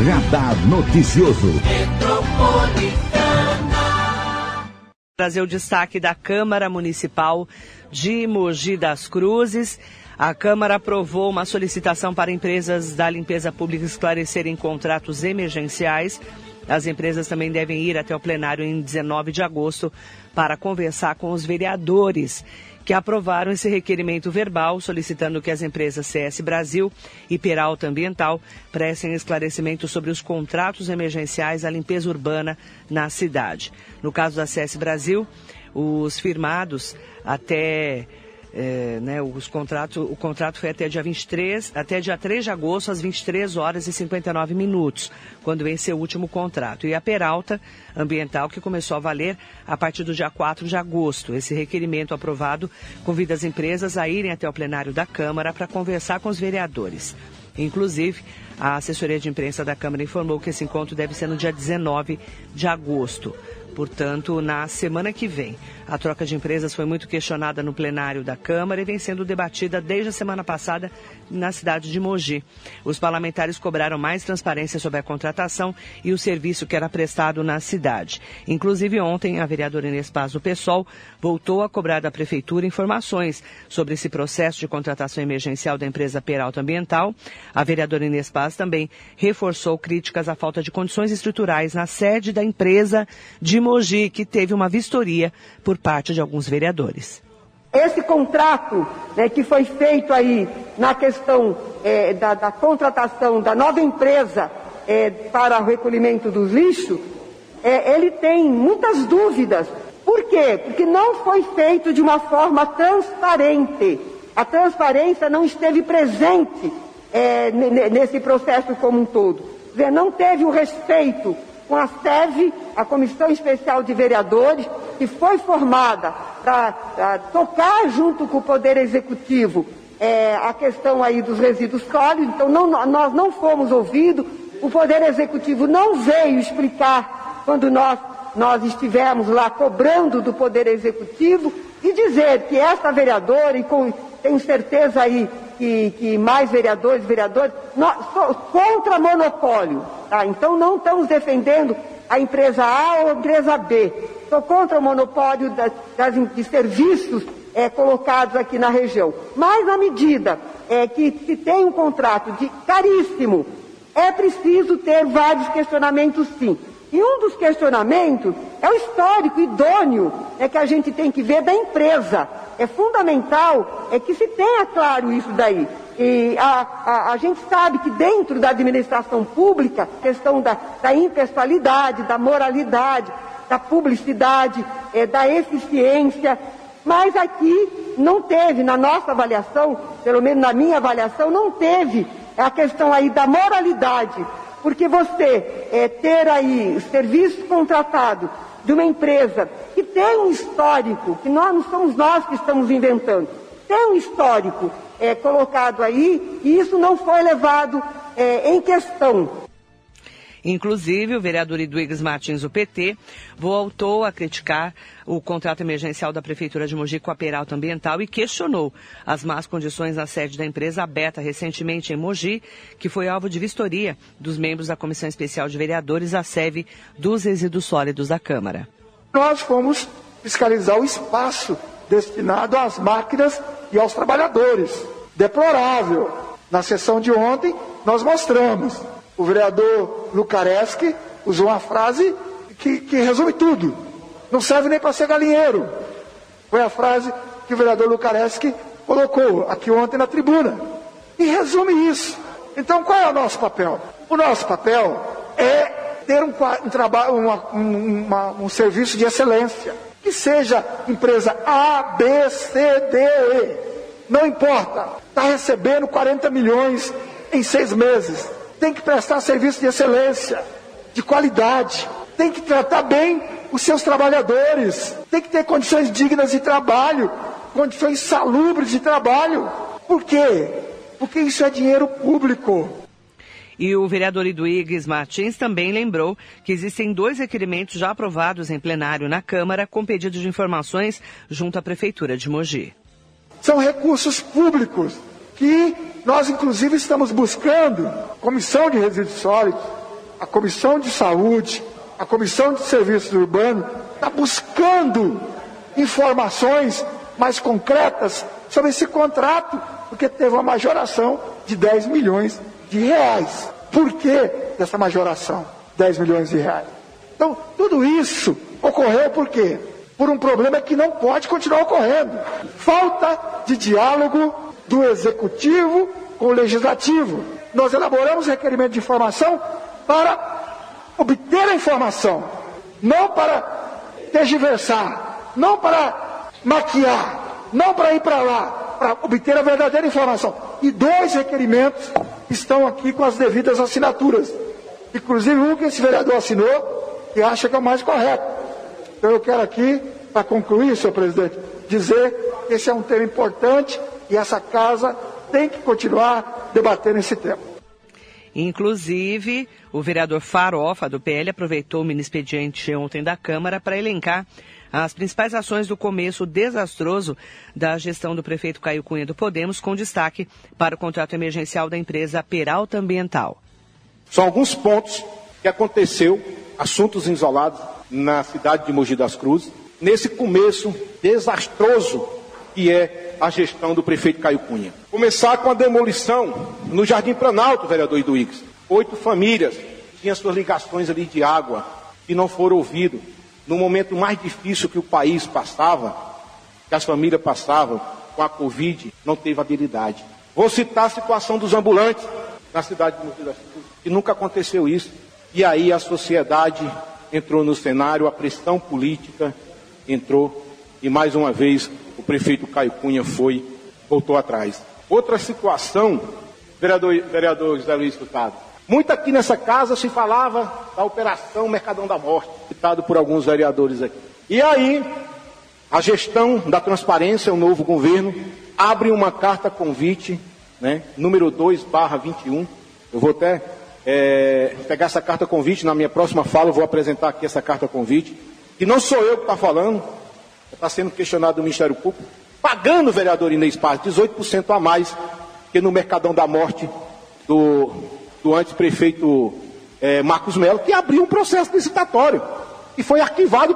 Radar Noticioso. Trazer o destaque da Câmara Municipal de Mogi das Cruzes. A Câmara aprovou uma solicitação para empresas da limpeza pública esclarecerem contratos emergenciais. As empresas também devem ir até o plenário em 19 de agosto para conversar com os vereadores que aprovaram esse requerimento verbal, solicitando que as empresas CS Brasil e Peralta Ambiental prestem esclarecimento sobre os contratos emergenciais da limpeza urbana na cidade. No caso da CS Brasil, os firmados até... o contrato foi até dia 3 de agosto, às 23 horas e 59 minutos, quando venceu o último contrato. E a Peralta Ambiental, que começou a valer a partir do dia 4 de agosto. Esse requerimento aprovado convida as empresas a irem até o plenário da Câmara para conversar com os vereadores. Inclusive, a assessoria de imprensa da Câmara informou que esse encontro deve ser no dia 19 de agosto. Portanto, na semana que vem. A troca de empresas foi muito questionada no plenário da Câmara e vem sendo debatida desde a semana passada na cidade de Mogi. Os parlamentares cobraram mais transparência sobre a contratação e o serviço que era prestado na cidade. Inclusive, ontem, a vereadora Inês Paz do PSOL voltou a cobrar da Prefeitura informações sobre esse processo de contratação emergencial da empresa Peralta Ambiental. A vereadora Inês Paz também reforçou críticas à falta de condições estruturais na sede da empresa de Mogi, que teve uma vistoria por parte de alguns vereadores. Esse contrato, que foi feito aí na questão da contratação da nova empresa para o recolhimento dos lixos, ele tem muitas dúvidas. Por quê? Porque não foi feito de uma forma transparente. A transparência não esteve presente nesse processo como um todo. Quer dizer, não teve o respeito com a SEV, a Comissão Especial de Vereadores, que foi formada para tocar junto com o Poder Executivo a questão aí dos resíduos sólidos. Então nós não fomos ouvidos, o Poder Executivo não veio explicar quando nós estivemos lá cobrando do Poder Executivo e dizer que essa vereadora, e tenho certeza aí que mais vereadores, contra monopólio, tá? Então não estamos defendendo a empresa A ou a empresa B. Estou contra o monopólio de serviços colocados aqui na região. Mas na medida que se tem um contrato caríssimo, é preciso ter vários questionamentos, sim. E um dos questionamentos é o histórico idôneo que a gente tem que ver da empresa. É fundamental que se tenha claro isso daí. E a gente sabe que dentro da administração pública, a questão da impessoalidade, da moralidade, da publicidade, da eficiência, mas aqui não teve, na nossa avaliação, pelo menos na minha avaliação, não teve a questão aí da moralidade. Porque você ter aí serviço contratado de uma empresa que tem um histórico, que não somos nós que estamos inventando, tem um histórico colocado aí, e isso não foi levado em questão. Inclusive, o vereador Eduígues Martins, do PT, voltou a criticar o contrato emergencial da Prefeitura de Mogi com a Peralta Ambiental e questionou as más condições na sede da empresa aberta recentemente em Mogi, que foi alvo de vistoria dos membros da Comissão Especial de Vereadores, a SEV, dos resíduos sólidos da Câmara. Nós fomos fiscalizar o espaço destinado às máquinas e aos trabalhadores. Deplorável. Na sessão de ontem, nós mostramos. O vereador Lucareschi usou uma frase que resume tudo. Não serve nem para ser galinheiro. Foi a frase que o vereador Lucareschi colocou aqui ontem na tribuna. E resume isso. Então, qual é o nosso papel? O nosso papel é ter um serviço de excelência. Que seja empresa A, B, C, D, E. Não importa. Está recebendo 40 milhões em 6 meses. Tem que prestar serviço de excelência, de qualidade. Tem que tratar bem os seus trabalhadores. Tem que ter condições dignas de trabalho, condições salubres de trabalho. Por quê? Porque isso é dinheiro público. E o vereador Eduígues Martins também lembrou que existem 2 requerimentos já aprovados em plenário na Câmara com pedido de informações junto à Prefeitura de Mogi. São recursos públicos que nós, inclusive, estamos buscando, Comissão de Resíduos Sólidos, a Comissão de Saúde, a Comissão de Serviços Urbanos, está buscando informações mais concretas sobre esse contrato, porque teve uma majoração de 10 milhões de reais. Por que dessa majoração? 10 milhões de reais. Então, tudo isso ocorreu por quê? Por um problema que não pode continuar ocorrendo. Falta de diálogo do Executivo com o Legislativo. Nós elaboramos requerimento de informação para obter a informação, não para tergiversar, não para maquiar, não para ir para lá, para obter a verdadeira informação. E 2 requerimentos estão aqui com as devidas assinaturas. Inclusive um que esse vereador assinou, que acha que é o mais correto. Então eu quero aqui, para concluir, senhor presidente, dizer que esse é um tema importante e essa casa tem que continuar debatendo esse tema. Inclusive, o vereador Farofa, do PL, aproveitou o mini expediente ontem da Câmara para elencar as principais ações do começo desastroso da gestão do prefeito Caio Cunha do Podemos, com destaque para o contrato emergencial da empresa Peralta Ambiental. São alguns pontos que aconteceu, assuntos isolados na cidade de Mogi das Cruzes, nesse começo desastroso que é a gestão do prefeito Caio Cunha. Começar com a demolição no Jardim Planalto, vereador Iduígues. 8 famílias tinham suas ligações ali de água que não foram ouvidas. No momento mais difícil que o país passava, que as famílias passavam com a Covid, não teve habilidade. Vou citar a situação dos ambulantes na cidade de Mogi das Cruzes, que nunca aconteceu isso. E aí a sociedade entrou no cenário, a pressão política entrou e mais uma vez o prefeito Caio Cunha voltou atrás. Outra situação, vereador José Luiz Furtado, muito aqui nessa casa se falava da Operação Mercadão da Morte, citado por alguns vereadores aqui. E aí, a gestão da transparência, o novo governo, abre uma carta convite, né, número 2/21. Eu vou até pegar essa carta convite, na minha próxima fala eu vou apresentar aqui essa carta convite, que não sou eu que está falando, está sendo questionado do Ministério Público, pagando o vereador Inês Paz 18% a mais que no Mercadão da Morte do antes prefeito Marcos Melo, que abriu um processo licitatório e foi arquivado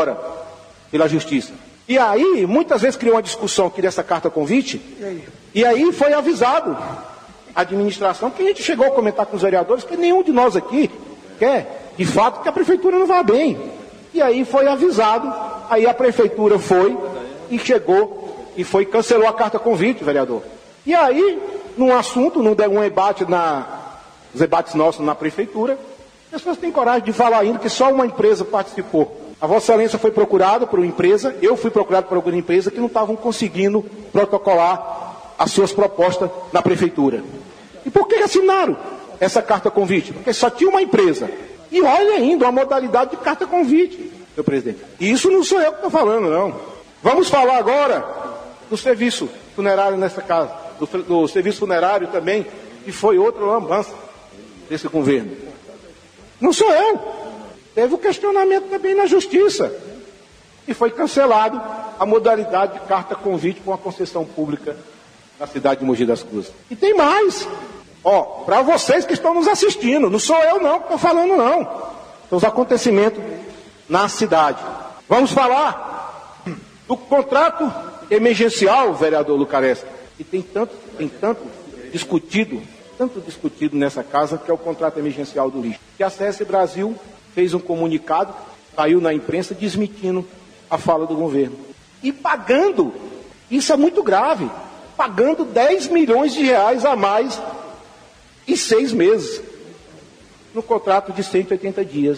pela Justiça. E aí, muitas vezes criou uma discussão aqui dessa carta convite, e aí foi avisado a administração, que a gente chegou a comentar com os vereadores, que nenhum de nós aqui quer, de fato, que a prefeitura não vá bem. E aí foi avisado, aí a prefeitura foi e chegou e cancelou a carta convite, vereador. E aí, num assunto, num debate os debates nossos na prefeitura, as pessoas têm coragem de falar ainda que só uma empresa participou. A Vossa Excelência foi procurada por uma empresa, eu fui procurado por alguma empresa que não estavam conseguindo protocolar as suas propostas na prefeitura. E por que assinaram essa carta convite? Porque só tinha uma empresa. E olha ainda, uma modalidade de carta convite, senhor presidente. E isso não sou eu que estou falando, não. Vamos falar agora do serviço funerário nessa casa, do serviço funerário também, que foi outra lambança desse governo. Não sou eu. Teve um questionamento também na Justiça. E foi cancelado a modalidade de carta convite com a concessão pública na cidade de Mogi das Cruzes. E tem mais. Para vocês que estão nos assistindo, não sou eu não que estou falando não. São os acontecimentos na cidade. Vamos falar do contrato emergencial, vereador Lucarés, que tem tanto discutido nessa casa, que é o contrato emergencial do lixo. Que a CS Brasil fez um comunicado, saiu na imprensa, desmentindo a fala do governo. E pagando, isso é muito grave, pagando 10 milhões de reais a mais em 6 meses, no contrato de 180 dias.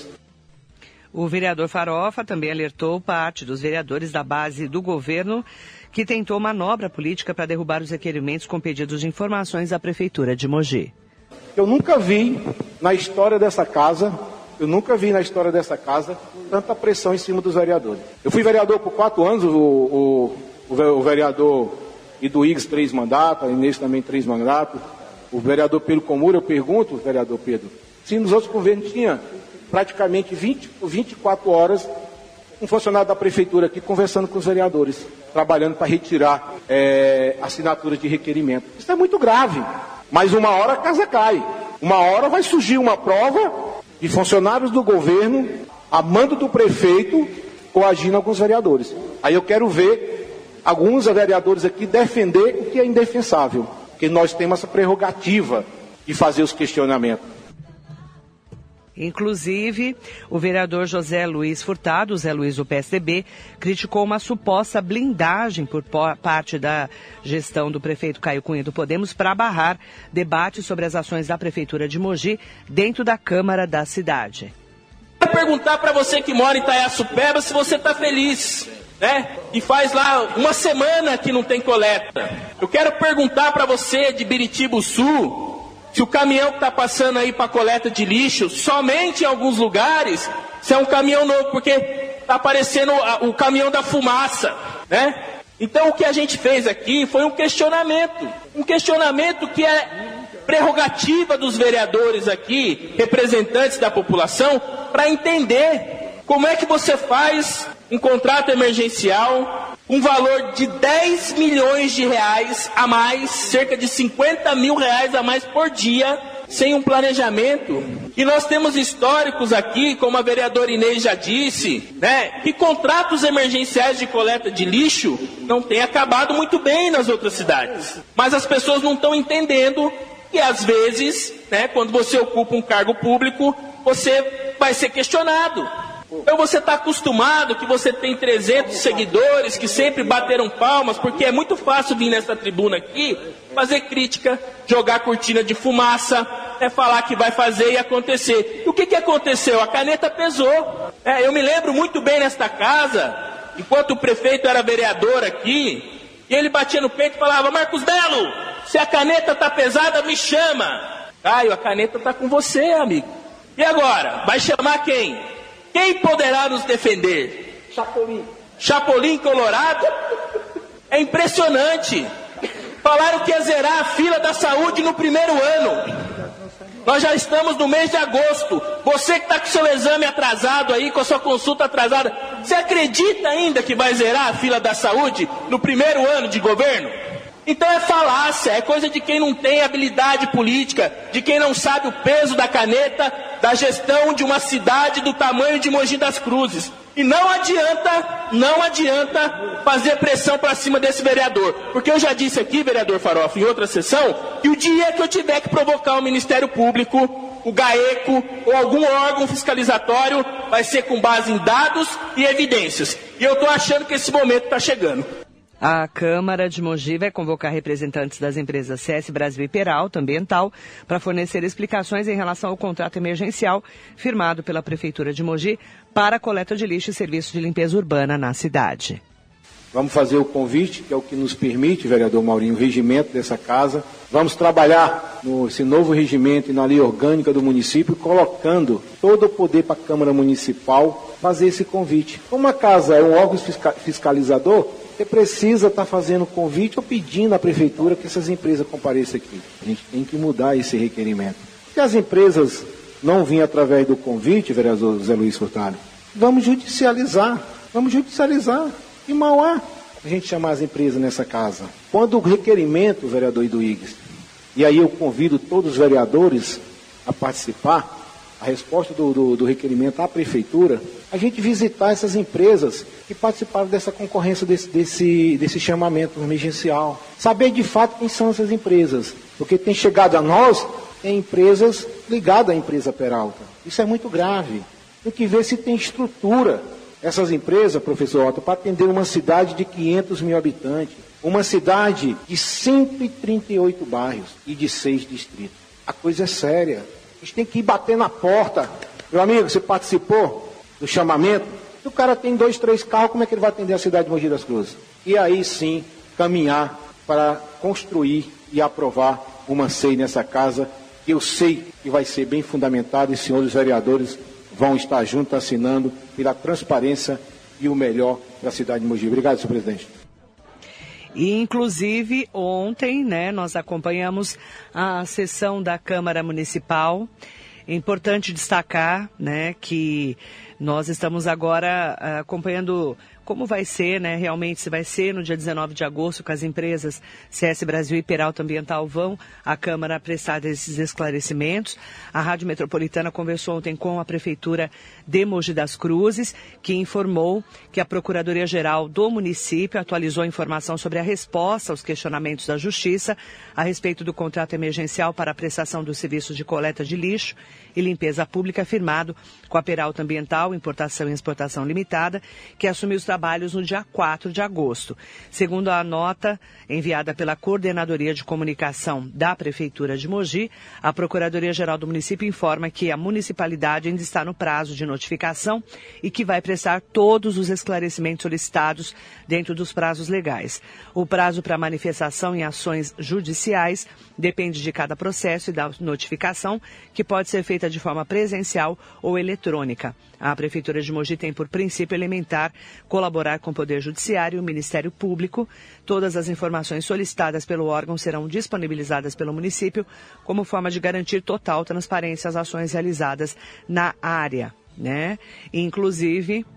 O vereador Farofa também alertou parte dos vereadores da base do governo que tentou manobra política para derrubar os requerimentos com pedidos de informações à Prefeitura de Mogi. Eu nunca vi na história dessa casa, tanta pressão em cima dos vereadores. Eu fui vereador por 4 anos, o vereador Iduígues 3 mandatos, a Inês também 3 mandatos, o vereador Pedro Comura, eu pergunto, vereador Pedro, se nos outros governos tinha praticamente 24 horas um funcionário da prefeitura aqui conversando com os vereadores, trabalhando para retirar assinaturas de requerimento. Isso é muito grave, mas uma hora a casa cai, uma hora vai surgir uma prova de funcionários do governo, a mando do prefeito, coagindo alguns vereadores. Aí eu quero ver alguns vereadores aqui defender o que é indefensável, porque nós temos essa prerrogativa de fazer os questionamentos. Inclusive, o vereador José Luiz Furtado, Zé Luiz do PSDB, criticou uma suposta blindagem por parte da gestão do prefeito Caio Cunha do Podemos para barrar debate sobre as ações da Prefeitura de Mogi dentro da Câmara da cidade. Eu quero perguntar para você que mora em Itaiaçupeba se você está feliz, né? E faz lá uma semana que não tem coleta. Eu quero perguntar para você de Biritibuçu, se o caminhão que está passando aí para coleta de lixo, somente em alguns lugares, se é um caminhão novo, porque está aparecendo o caminhão da fumaça, né? Então o que a gente fez aqui foi um questionamento que é prerrogativa dos vereadores aqui, representantes da população, para entender como é que você faz um contrato emergencial, um valor de 10 milhões de reais a mais, cerca de 50 mil reais a mais por dia, sem um planejamento. E nós temos históricos aqui, como a vereadora Inês já disse, né, que contratos emergenciais de coleta de lixo não têm acabado muito bem nas outras cidades. Mas as pessoas não estão entendendo que às vezes, né, quando você ocupa um cargo público, você vai ser questionado. Então você está acostumado que você tem 300 seguidores que sempre bateram palmas, porque é muito fácil vir nessa tribuna aqui, fazer crítica, jogar cortina de fumaça, falar que vai fazer e acontecer. E o que aconteceu? A caneta pesou. Eu me lembro muito bem nesta casa, enquanto o prefeito era vereador aqui, e ele batia no peito e falava: Marcos Belo, se a caneta está pesada, me chama. Caio, a caneta está com você, amigo. E agora? Vai chamar quem? Quem poderá nos defender? Chapolin Colorado? É impressionante. Falaram que ia zerar a fila da saúde no primeiro ano. Nós já estamos no mês de agosto. Você que está com seu exame atrasado aí, com a sua consulta atrasada, você acredita ainda que vai zerar a fila da saúde no primeiro ano de governo? Então é falácia, é coisa de quem não tem habilidade política, de quem não sabe o peso da caneta, da gestão de uma cidade do tamanho de Mogi das Cruzes. E não adianta fazer pressão para cima desse vereador. Porque eu já disse aqui, vereador Farofa, em outra sessão, que o dia que eu tiver que provocar o Ministério Público, o GAECO ou algum órgão fiscalizatório, vai ser com base em dados e evidências. E eu estou achando que esse momento está chegando. A Câmara de Mogi vai convocar representantes das empresas CS Brasil e Peralta Ambiental para fornecer explicações em relação ao contrato emergencial firmado pela Prefeitura de Mogi para a coleta de lixo e serviço de limpeza urbana na cidade. Vamos fazer o convite, que é o que nos permite, vereador Maurinho, o regimento dessa casa. Vamos trabalhar nesse novo regimento e na lei orgânica do município, colocando todo o poder para a Câmara Municipal fazer esse convite. Como a casa é um órgão fiscalizador, você precisa estar fazendo convite ou pedindo à Prefeitura que essas empresas compareçam aqui. A gente tem que mudar esse requerimento. Se as empresas não virem através do convite, vereador Zé Luiz Furtado, vamos judicializar. E mal há a gente chamar as empresas nessa casa. Quando o requerimento, vereador Iduígues, e aí eu convido todos os vereadores a participar, a resposta do requerimento à Prefeitura, a gente visitar essas empresas que participaram dessa concorrência, desse chamamento emergencial. Saber de fato quem são essas empresas. Porque tem chegado a nós, tem empresas ligadas à empresa Peralta. Isso é muito grave. Tem que ver se tem estrutura. Essas empresas, professor Otto, para atender uma cidade de 500 mil habitantes. Uma cidade de 138 bairros e de 6 distritos. A coisa é séria. A gente tem que ir bater na porta. Meu amigo, você participou do chamamento? Se o cara tem 2, 3 carros, como é que ele vai atender a cidade de Mogi das Cruzes? E aí sim, caminhar para construir e aprovar uma SEI nessa casa, que eu sei que vai ser bem fundamentada, e senhores vereadores vão estar juntos assinando pela transparência e o melhor para a cidade de Mogi. Obrigado, senhor presidente. E, inclusive, ontem, nós acompanhamos a sessão da Câmara Municipal. É importante destacar, que nós estamos agora acompanhando como vai ser, né, realmente, se vai ser no dia 19 de agosto que as empresas CS Brasil e Peralta Ambiental vão à Câmara prestar esses esclarecimentos. A Rádio Metropolitana conversou ontem com a Prefeitura de Mogi das Cruzes, que informou que a Procuradoria-Geral do município atualizou a informação sobre a resposta aos questionamentos da Justiça a respeito do contrato emergencial para a prestação dos serviços de coleta de lixo e limpeza pública firmado com a Peralta Ambiental, Importação e Exportação Limitada, que assumiu os trabalhos no dia 4 de agosto. Segundo a nota enviada pela Coordenadoria de Comunicação da Prefeitura de Mogi, a Procuradoria-Geral do município informa que a municipalidade ainda está no prazo de notificação e que vai prestar todos os esclarecimentos solicitados dentro dos prazos legais. O prazo para manifestação em ações judiciais depende de cada processo e da notificação, que pode ser feita de forma presencial ou eletrônica. A Prefeitura de Mogi tem por princípio elementar colaborar com o Poder Judiciário e o Ministério Público. Todas as informações solicitadas pelo órgão serão disponibilizadas pelo município como forma de garantir total transparência às ações realizadas na área, né? Inclusive,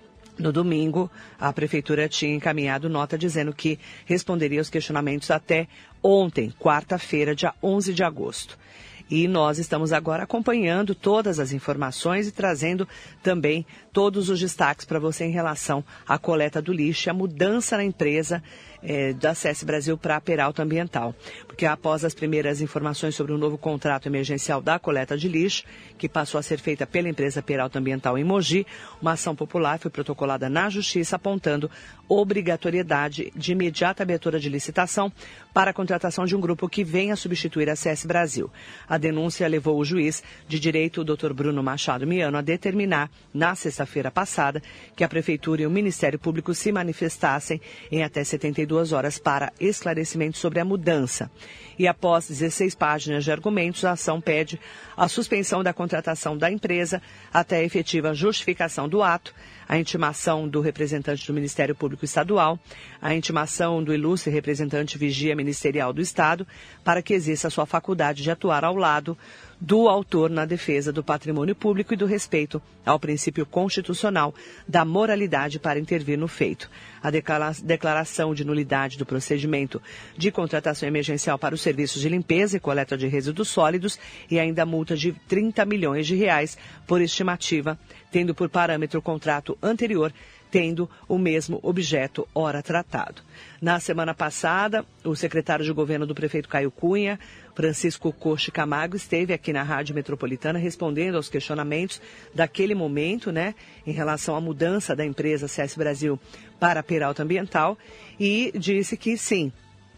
no domingo, a Prefeitura tinha encaminhado nota dizendo que responderia aos questionamentos até ontem, quarta-feira, dia 11 de agosto. E nós estamos agora acompanhando todas as informações e trazendo também todos os destaques para você em relação à coleta do lixo e a mudança na empresa da CS Brasil para a Peralta Ambiental. Porque após as primeiras informações sobre o novo contrato emergencial da coleta de lixo, que passou a ser feita pela empresa Peralta Ambiental em Mogi, uma ação popular foi protocolada na Justiça apontando obrigatoriedade de imediata abertura de licitação para a contratação de um grupo que venha substituir a CS Brasil. A denúncia levou o juiz de direito, o Dr. Bruno Machado Miano, a determinar, na sexta-feira passada, que a Prefeitura e o Ministério Público se manifestassem em até 72 horas para esclarecimento sobre a mudança. E após 16 páginas de argumentos, a ação pede a suspensão da contratação da empresa até a efetiva justificação do ato, a intimação do representante do Ministério Público Estadual, a intimação do ilustre representante vigia ministerial do Estado, para que exerça sua faculdade de atuar ao lado do autor na defesa do patrimônio público e do respeito ao princípio constitucional da moralidade para intervir no feito. A declaração de nulidade do procedimento de contratação emergencial para os serviços de limpeza e coleta de resíduos sólidos e ainda multa de R$30 milhões por estimativa, tendo por parâmetro o contrato anterior, tendo o mesmo objeto ora tratado. Na semana passada, o secretário de governo do prefeito Caio Cunha, Francisco Coche Camargo, esteve aqui na Rádio Metropolitana respondendo aos questionamentos daquele momento, né, em relação à mudança da empresa CS Brasil para a Peralta Ambiental, e disse que sim,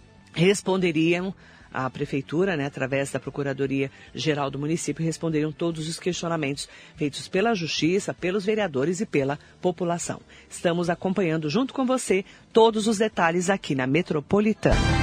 responderiam a Prefeitura, né, através da Procuradoria-Geral do município, responderiam todos os questionamentos feitos pela Justiça, pelos vereadores e pela população. Estamos acompanhando junto com você todos os detalhes aqui na Metropolitana.